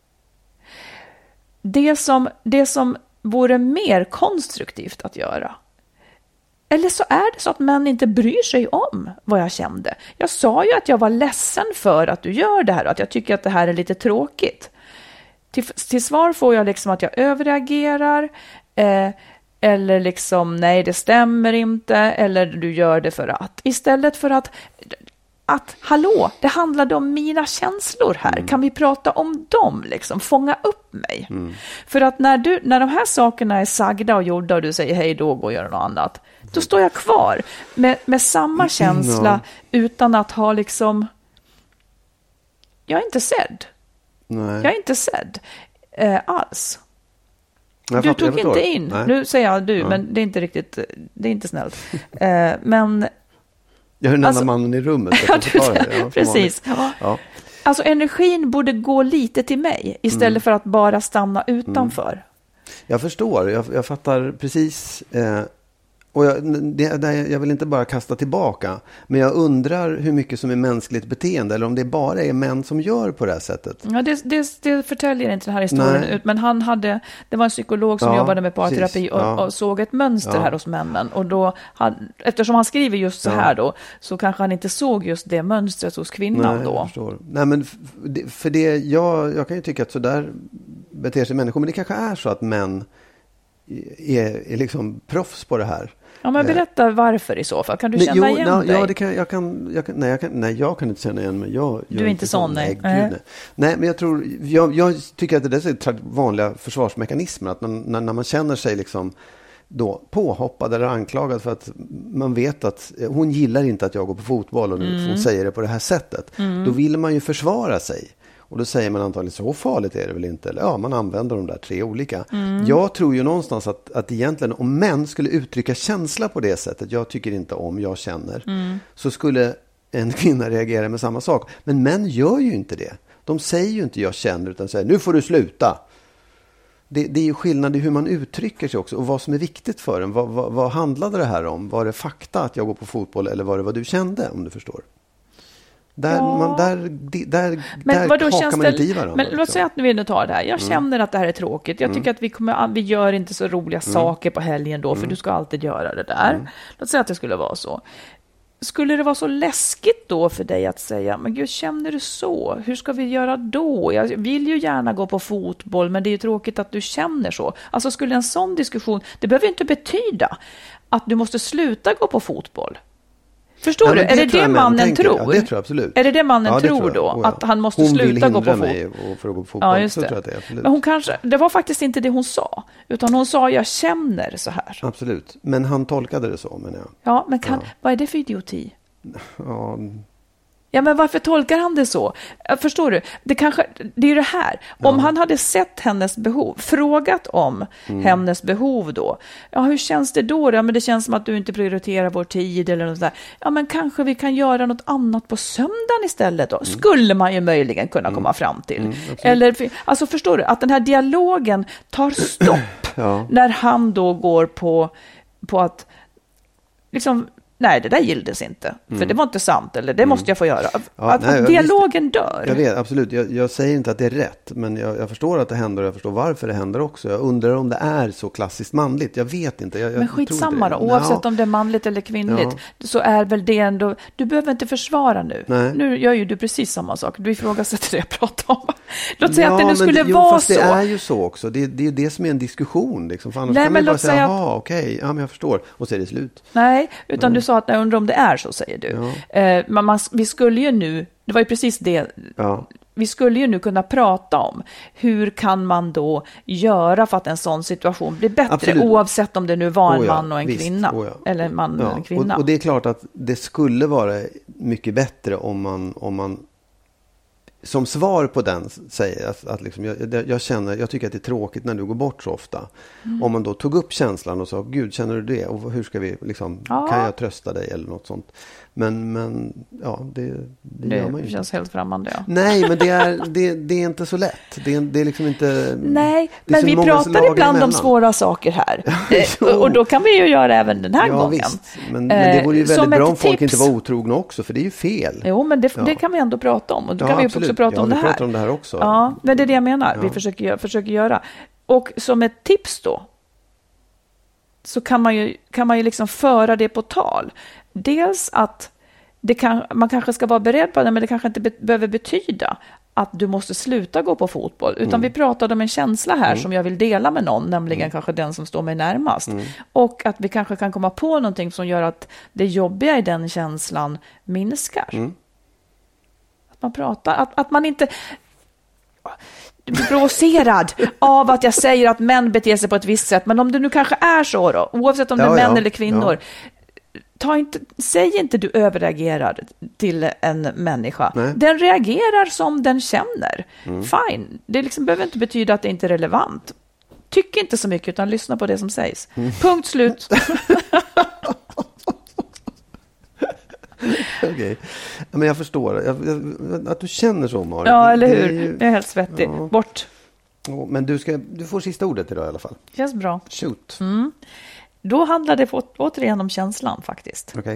Det som vore mer konstruktivt att göra. Eller så är det så att män inte bryr sig om vad jag kände. Jag sa ju att jag var ledsen för att du gör det här och att jag tycker att det här är lite tråkigt. Till svar får jag liksom att jag överreagerar eller liksom nej, det stämmer inte, eller du gör det för att. Istället för att att hallå, det handlade om mina känslor här. Kan vi prata om dem liksom? Fånga upp mig. För att när de här sakerna är sagda och gjorda och du säger hej då, gå och göra något annat. Då står jag kvar med samma känsla utan att ha liksom... Jag är inte sedd. Nej. Jag är inte sedd alls. Jag tog inte in. Nej. Nu säger jag du, men det är inte riktigt, det är inte snällt. Men... Jag är den enda mannen i rummet. Precis. Ja. Alltså energin borde gå lite till mig istället för att bara stanna utanför. Jag förstår, jag fattar precis. Och jag vill inte bara kasta tillbaka, men jag undrar hur mycket som är mänskligt beteende eller om det bara är män som gör på det här sättet. Ja, det förtäljer inte den här historien ut, men det var en psykolog som jobbade med parterapi och såg ett mönster här hos männen. Och då, eftersom han skriver just så här då, så kanske han inte såg just det mönstret hos kvinnan då. Jag förstår. Nej, men för det, jag kan ju tycka att så där beter sig människor, men det kanske är så att män är liksom proffs på det här. Ja, men berätta varför i så fall. Kan du känna igen dig? Ja, det kan, jag kan inte känna igen mig. Du är inte sån, nej. Nej, men jag tycker att det är vanliga försvarsmekanismer. Att när man känner sig liksom då påhoppad eller anklagad för att man vet att hon gillar inte att jag går på fotboll och hon säger det på det här sättet. Då vill man ju försvara sig. Och då säger man antagligen så farligt är det väl inte. Eller ja, man använder de där 3 olika. Jag tror ju någonstans att egentligen om män skulle uttrycka känsla på det sättet, jag tycker inte om, jag känner, så skulle en kvinna reagera med samma sak. Men män gör ju inte det. De säger ju inte jag känner utan säger nu får du sluta. Det är ju skillnad i hur man uttrycker sig också och vad som är viktigt för en. Vad handlade det här om? Var det fakta att jag går på fotboll eller var det vad du kände, om du förstår? Där hakar man inte i varandra. Men låt säga att vi nu tar det här. Jag känner att det här är tråkigt. Jag tycker att vi gör inte så roliga saker på helgen då, för du ska alltid göra det där. Låt säga att det skulle vara så. Skulle det vara så läskigt då för dig att säga, men gud, känner du så? Hur ska vi göra då? Jag vill ju gärna gå på fotboll, men det är ju tråkigt att du känner så. Alltså skulle en sån diskussion, det behöver inte betyda att du måste sluta gå på fotboll. Förstår du? Är det det mannen tror? Ja, det tror jag absolut. Är det det mannen tror då? Att han måste sluta gå på fotboll? Hon vill hindra mig för att gå på fotboll. Ja, just det. Så tror jag att det är, absolut. Men det var faktiskt inte det hon sa. Utan hon sa, jag känner så här. Absolut. Men han tolkade det så, menar jag. Ja, men vad är det för idioti? Ja... Ja, men varför tolkar han det så? Förstår du? Det är ju det här. Om han hade sett hennes behov, frågat om hennes behov då. Ja, hur känns det då? Ja, men det känns som att du inte prioriterar vår tid eller något sådär. Ja, men kanske vi kan göra något annat på söndagen istället då. Skulle man ju möjligen kunna komma fram till. Eller, alltså förstår du? Att den här dialogen tar stopp när han då går på att liksom... Nej, det där gilldes inte. För det var inte sant. Eller det måste jag få göra. Att dialogen dör. Jag vet, absolut. Jag säger inte att det är rätt. Men jag förstår att det händer och jag förstår varför det händer också. Jag undrar om det är så klassiskt manligt. Jag vet inte. Men skitsamma då. Oavsett om det är manligt eller kvinnligt. Så är väl det ändå... Du behöver inte försvara nu. Nej. Nu gör ju du precis samma sak. Du ifrågasätter det jag pratar om. Låt säga att det nu skulle vara så. Det är ju så också. Det är ju det som är en diskussion. Liksom. För annars kan man bara säga, jaha, okej. Ja, men jag förstår. Och så är det slut. Nej, utan du sa att jag undrar om det är så, säger du. Men vi skulle ju nu, det var ju precis det, vi skulle ju nu kunna prata om hur kan man då göra för att en sån situation blir bättre, absolut. Oavsett om det nu var en man och en kvinna. Eller en man och en kvinna. Och det är klart att det skulle vara mycket bättre om man som svar på den säger att liksom, jag tycker att det är tråkigt när du går bort så ofta. Om man då tog upp känslan och sa, gud, känner du det? Och hur ska vi liksom, kan jag trösta dig eller något sånt? Men ja, det gör man ju. Det känns helt främmande, ja. Nej, men det är inte så lätt. Det är liksom inte... Nej, men vi pratar ibland om svåra saker här. Och då kan vi ju göra även den här gången. Visst. Men det vore ju väldigt bra om folk inte var otrogna också, för det är ju fel. Jo, men det kan vi ändå prata om. Och då kan vi också prata om det här. Pratar om det här också. Ja, men det är det jag menar. Vi försöker göra. Och som ett tips då, så kan man ju liksom föra det på tal. Dels att man kanske ska vara beredd på det, men det kanske inte behöver betyda att du måste sluta gå på fotboll. Utan vi pratade om en känsla här som jag vill dela med någon, nämligen kanske den som står mig närmast. Och att vi kanske kan komma på någonting som gör att det jobbiga i den känslan minskar. man pratar. Att man inte blir provocerad av att jag säger att män beter sig på ett visst sätt. Men om det nu kanske är så då, oavsett om det är män eller kvinnor. Ja. Säg inte du överreagerar till en människa. Nej. Den reagerar som den känner. Fine. Det liksom behöver inte betyda att det inte är relevant. Tyck inte så mycket utan lyssna på det som sägs. Punkt slut. Okej. Men jag förstår. Att du känner så, Marit. Ja, eller hur? Jag är helt svettig. Ja. Bort. Men du får sista ordet idag i alla fall. Känns bra. Shoot. Då handlar det återigen om känslan faktiskt. Okej.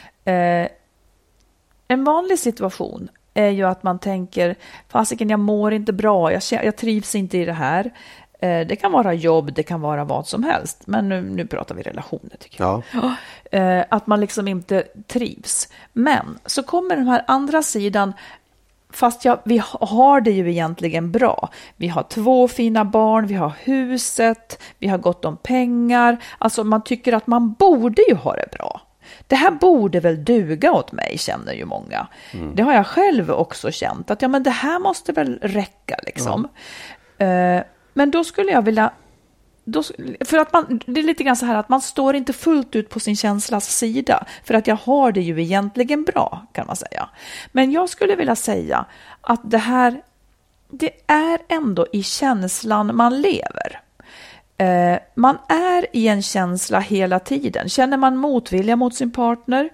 En vanlig situation är ju att man tänker, fasiken, jag mår inte bra, jag trivs inte i det här. Det kan vara jobb, det kan vara vad som helst. Men nu pratar vi relationer, tycker jag. Ja. Att man liksom inte trivs. Men så kommer den här andra sidan, fast vi har det ju egentligen bra. Vi har 2 fina barn, vi har huset, vi har gott om pengar. Alltså man tycker att man borde ju ha det bra. Det här borde väl duga åt mig, känner ju många. Det har jag själv också känt. Att men det här måste väl räcka liksom. Ja. Men då skulle jag vilja... För att det är lite grann så här att man står inte fullt ut på sin känslas sida. För att jag har det ju egentligen bra, kan man säga. Men jag skulle vilja säga att det är ändå i känslan man lever. Man är i en känsla hela tiden. Känner man motvilja mot sin partner,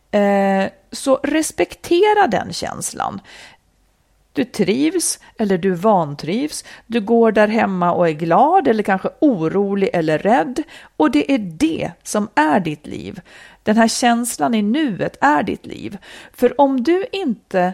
så respektera den känslan. Du trivs eller du vantrivs. Du går där hemma och är glad eller kanske orolig eller rädd. Och det är det som är ditt liv. Den här känslan i nuet är ditt liv. För om du inte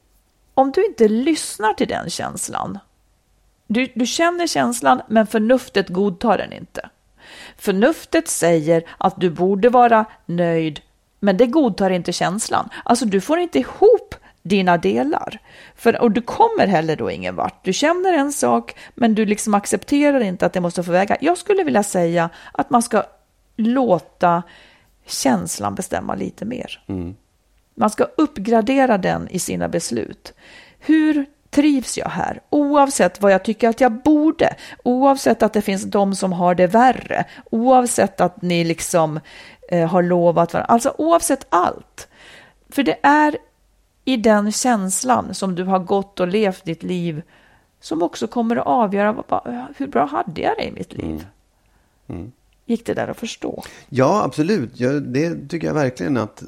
lyssnar till den känslan. Du känner känslan men förnuftet godtar den inte. Förnuftet säger att du borde vara nöjd men det godtar inte känslan. Alltså du får inte ihop dina delar. Och du kommer heller då ingen vart. Du känner en sak men du liksom accepterar inte att det måste få väga. Jag skulle vilja säga att man ska låta känslan bestämma lite mer. Man ska uppgradera den i sina beslut. Hur trivs jag här? Oavsett vad jag tycker att jag borde. Oavsett att det finns de som har det värre. Oavsett att ni liksom har lovat varandra. Alltså oavsett allt. För det är i den känslan som du har gått och levt ditt liv som också kommer att avgöra hur bra hade jag det i mitt liv. Gick det där att förstå? Ja, absolut. Det tycker jag verkligen att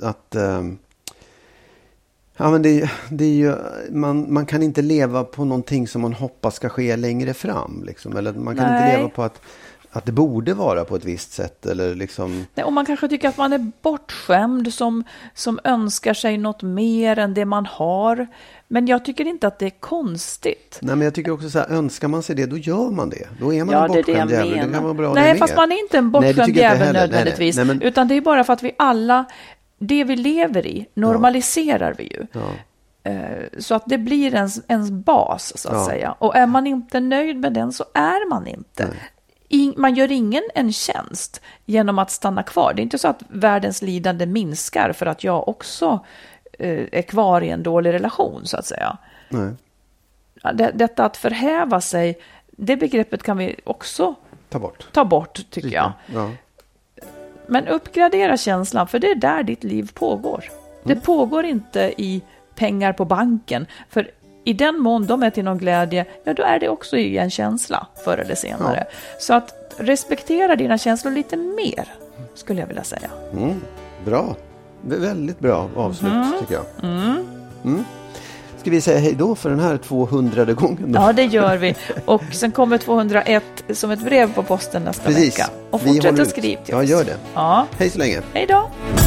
ja, men det är ju, man kan inte leva på någonting som man hoppas ska ske längre fram. Liksom. Eller man kan inte leva på att det borde vara på ett visst sätt. Eller liksom... Nej, och man kanske tycker att man är bortskämd som önskar sig något mer än det man har. Men jag tycker inte att det är konstigt. Nej, men jag tycker också så här, önskar man sig det, då gör man det. Då är man en bortskämd jävel. Det kan vara bra. Nej, fast man är inte en bortskämd jävel nödvändigtvis. Nej, men... Utan det är bara för att vi alla, det vi lever i, normaliserar vi ju. Ja. Så att det blir ens bas, så att säga. Och är man inte nöjd med den så är man inte. Man gör ingen en tjänst genom att stanna kvar. Det är inte så att världens lidande minskar för att jag också är kvar i en dålig relation, så att säga. Nej. Detta att förhäva sig, det begreppet kan vi också ta bort tycker jag. Ja. Men uppgradera känslan, för det är där ditt liv pågår. Det pågår inte i pengar på banken, för i den mån de är till någon glädje, ja då är det också i en känsla förr eller senare. Ja. Så att respektera dina känslor lite mer, skulle jag vilja säga. Bra. Väldigt bra avslut tycker jag. Ska vi säga hej då för den här 200:e gången då? Ja, det gör vi. Och sen kommer 201 som ett brev på posten nästa vecka. Och fortsätt att skriva till oss. Ja, gör det. Ja. Hej så länge. Hej då.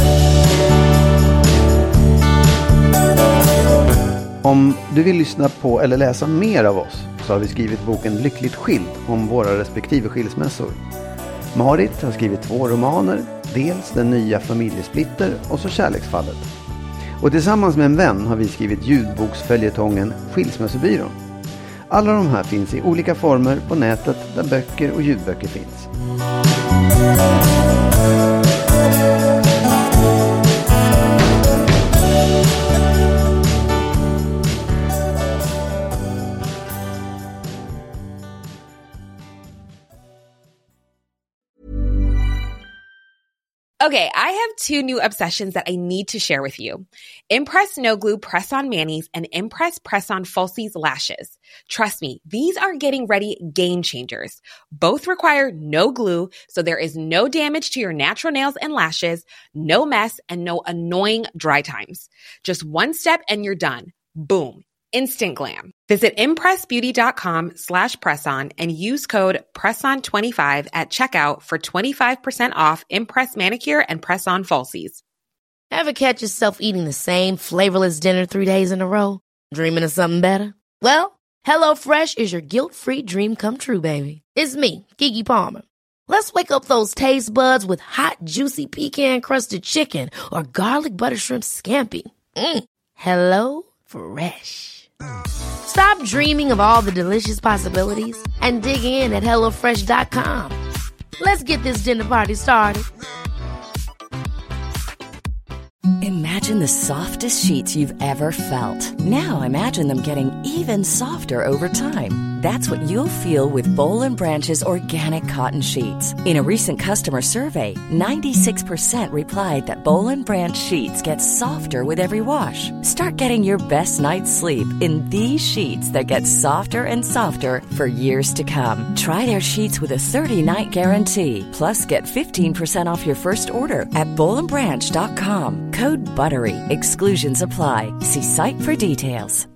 Om du vill lyssna på eller läsa mer av oss så har vi skrivit boken Lyckligt skild om våra respektive skilsmässor. Marit har skrivit 2 romaner, dels Den nya familjesplitter och så Kärleksfallet. Och tillsammans med en vän har vi skrivit ljudboksföljetongen Skilsmässobyrån. Alla de här finns i olika former på nätet där böcker och ljudböcker finns. Okay, I have two new obsessions that I need to share with you. Impress No Glue Press-On Manis and Impress Press-On Falsies Lashes. Trust me, these are getting ready game changers. Both require no glue, so there is no damage to your natural nails and lashes, no mess, and no annoying dry times. Just one step and you're done. Boom. Instant glam. Visit impressbeauty.com/presson and use code PRESSON25 at checkout for 25% off Impress Manicure and Press-On Falsies. Ever catch yourself eating the same flavorless dinner 3 days in a row? Dreaming of something better? Well, HelloFresh is your guilt-free dream come true, baby. It's me, Keke Palmer. Let's wake up those taste buds with hot, juicy pecan-crusted chicken or garlic butter shrimp scampi. Hello Fresh. Stop dreaming of all the delicious possibilities and dig in at HelloFresh.com. Let's get this dinner party started. Imagine the softest sheets you've ever felt. Now imagine them getting even softer over time. That's what you'll feel with Boll & Branch's organic cotton sheets. In a recent customer survey, 96% replied that Boll & Branch sheets get softer with every wash. Start getting your best night's sleep in these sheets that get softer and softer for years to come. Try their sheets with a 30-night guarantee. Plus, get 15% off your first order at BollandBranch.com. Code BUTTERY. Exclusions apply. See site for details.